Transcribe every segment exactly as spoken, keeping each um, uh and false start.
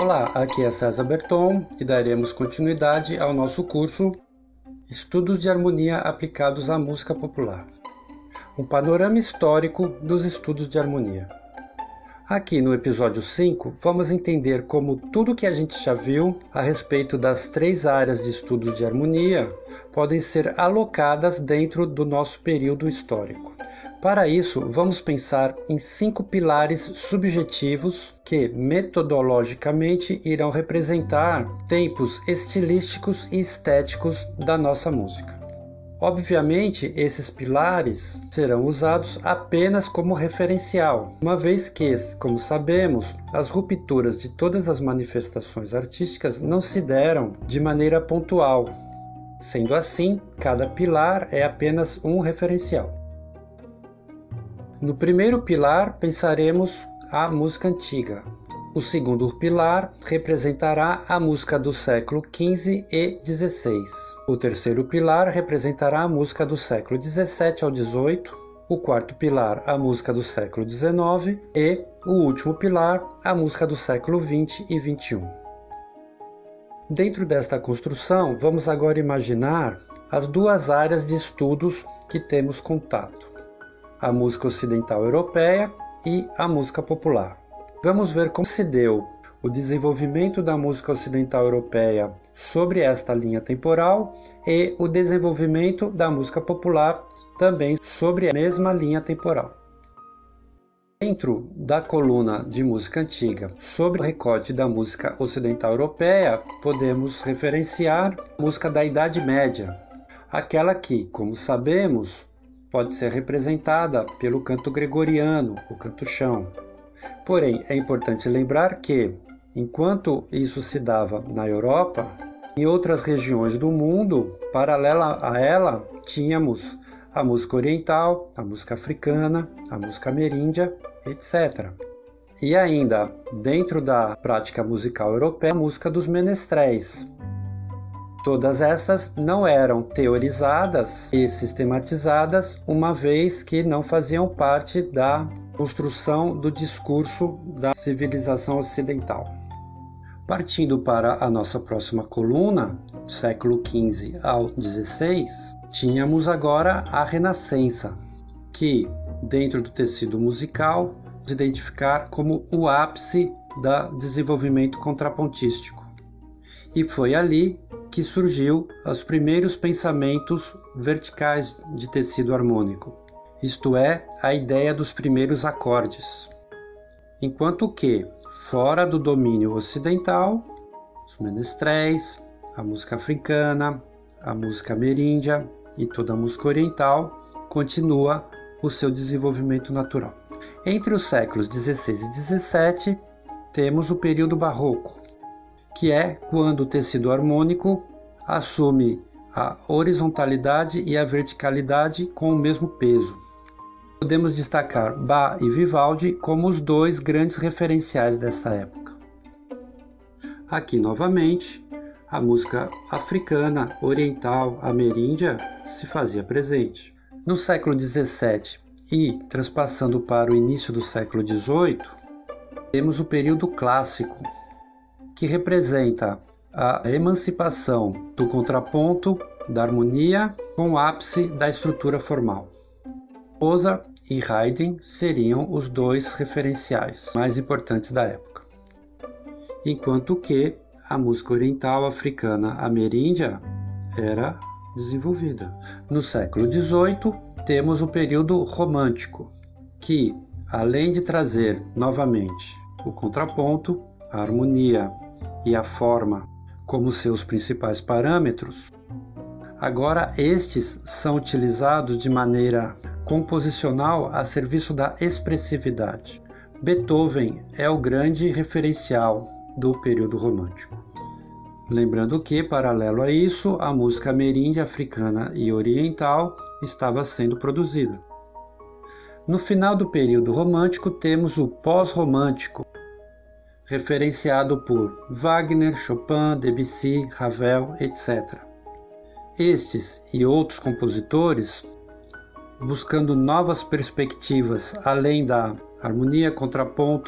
Olá, aqui é César Berton e daremos continuidade ao nosso curso Estudos de Harmonia aplicados à música popular. Um panorama histórico dos estudos de harmonia. Aqui no episódio cinco, vamos entender como tudo que a gente já viu a respeito das três áreas de estudos de harmonia podem ser alocadas dentro do nosso período histórico. Para isso, vamos pensar em cinco pilares subjetivos que, metodologicamente, irão representar tempos estilísticos e estéticos da nossa música. Obviamente, esses pilares serão usados apenas como referencial, uma vez que, como sabemos, as rupturas de todas as manifestações artísticas não se deram de maneira pontual. Sendo assim, cada pilar é apenas um referencial. No primeiro pilar, pensaremos a música antiga. O segundo pilar representará a música do século quinze e dezesseis. O terceiro pilar representará a música do século dezessete ao dezoito. O quarto pilar, a música do século dezenove. E o último pilar, a música do século vinte e vinte e um. Dentro desta construção, vamos agora imaginar as duas áreas de estudos que temos contato: a música ocidental europeia e a música popular. Vamos ver como se deu o desenvolvimento da música ocidental europeia sobre esta linha temporal e o desenvolvimento da música popular também sobre a mesma linha temporal. Dentro da coluna de música antiga, sobre o recorte da música ocidental europeia, podemos referenciar a música da Idade Média, aquela que, como sabemos, pode ser representada pelo canto gregoriano, o canto-chão. Porém, é importante lembrar que, enquanto isso se dava na Europa, em outras regiões do mundo, paralela a ela, tínhamos a música oriental, a música africana, a música ameríndia, etcétera. E ainda, dentro da prática musical europeia, a música dos menestréis. Todas essas não eram teorizadas e sistematizadas, uma vez que não faziam parte da construção do discurso da civilização ocidental. Partindo para a nossa próxima coluna, do século quinze ao dezesseis, tínhamos agora a Renascença, que, dentro do tecido musical, se identificar como o ápice do desenvolvimento contrapontístico. E foi ali que surgiu os primeiros pensamentos verticais de tecido harmônico, isto é, a ideia dos primeiros acordes. Enquanto que, fora do domínio ocidental, os menestréis, a música africana, a música ameríndia e toda a música oriental continua o seu desenvolvimento natural. Entre os séculos dezesseis e dezessete, temos o período barroco, que é quando o tecido harmônico assume a horizontalidade e a verticalidade com o mesmo peso. Podemos destacar Bach e Vivaldi como os dois grandes referenciais dessa época. Aqui, novamente, a música africana, oriental, ameríndia se fazia presente. No século dezessete e transpassando para o início do século dezoito, temos o período clássico, que representa a emancipação do contraponto, da harmonia, com o ápice da estrutura formal. Mozart e Haydn seriam os dois referenciais mais importantes da época. Enquanto que a música oriental, africana, ameríndia era desenvolvida. No século dezoito, temos o período romântico, que, além de trazer novamente o contraponto, a harmonia e a forma como seus principais parâmetros, agora estes são utilizados de maneira composicional a serviço da expressividade. Beethoven é o grande referencial do período romântico. Lembrando que, paralelo a isso, a música ameríndia, africana e oriental estava sendo produzida. No final do período romântico temos o pós-romântico, referenciado por Wagner, Chopin, Debussy, Ravel, etcétera. Estes e outros compositores, buscando novas perspectivas além da harmonia, contraponto,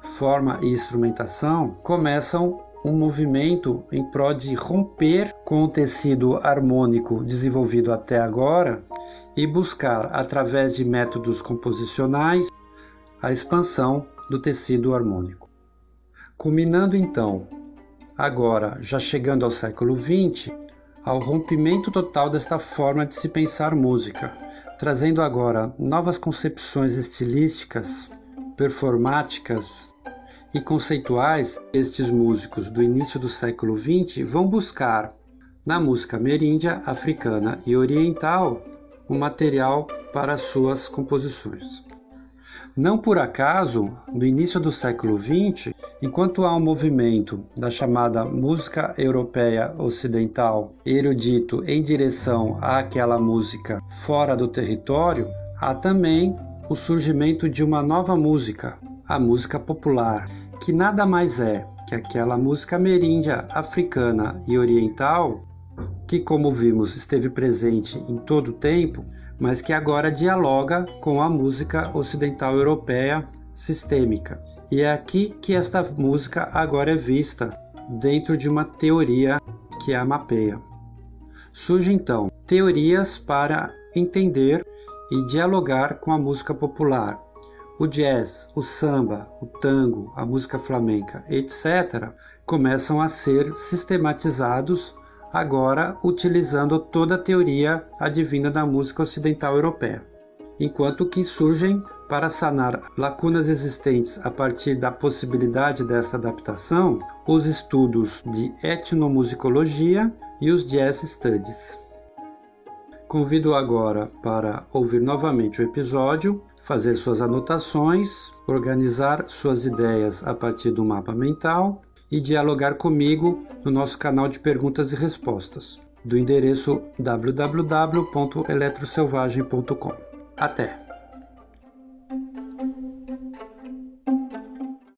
forma e instrumentação, começam um movimento em prol de romper com o tecido harmônico desenvolvido até agora e buscar, através de métodos composicionais, a expansão do tecido harmônico. Culminando então, agora já chegando ao século vinte, ao rompimento total desta forma de se pensar música, trazendo agora novas concepções estilísticas, performáticas e conceituais. Estes músicos do início do século vinte vão buscar na música ameríndia, africana e oriental um material para suas composições. Não por acaso, no início do século vinte, enquanto há um movimento da chamada música europeia ocidental erudito em direção àquela música fora do território, há também o surgimento de uma nova música, a música popular, que nada mais é que aquela música ameríndia, africana e oriental, que, como vimos, esteve presente em todo o tempo, mas que agora dialoga com a música ocidental europeia sistêmica. E é aqui que esta música agora é vista dentro de uma teoria que a mapeia. Surgem então teorias para entender e dialogar com a música popular. O jazz, o samba, o tango, a música flamenca, etcétera, começam a ser sistematizados agora utilizando toda a teoria advinda da música ocidental europeia, enquanto que surgem para sanar lacunas existentes a partir da possibilidade desta adaptação os estudos de etnomusicologia e os jazz studies. Convido agora para ouvir novamente o episódio, fazer suas anotações, organizar suas ideias a partir do mapa mental e dialogar comigo no nosso canal de perguntas e respostas, do endereço w w w ponto eletroselvagem ponto com. Até!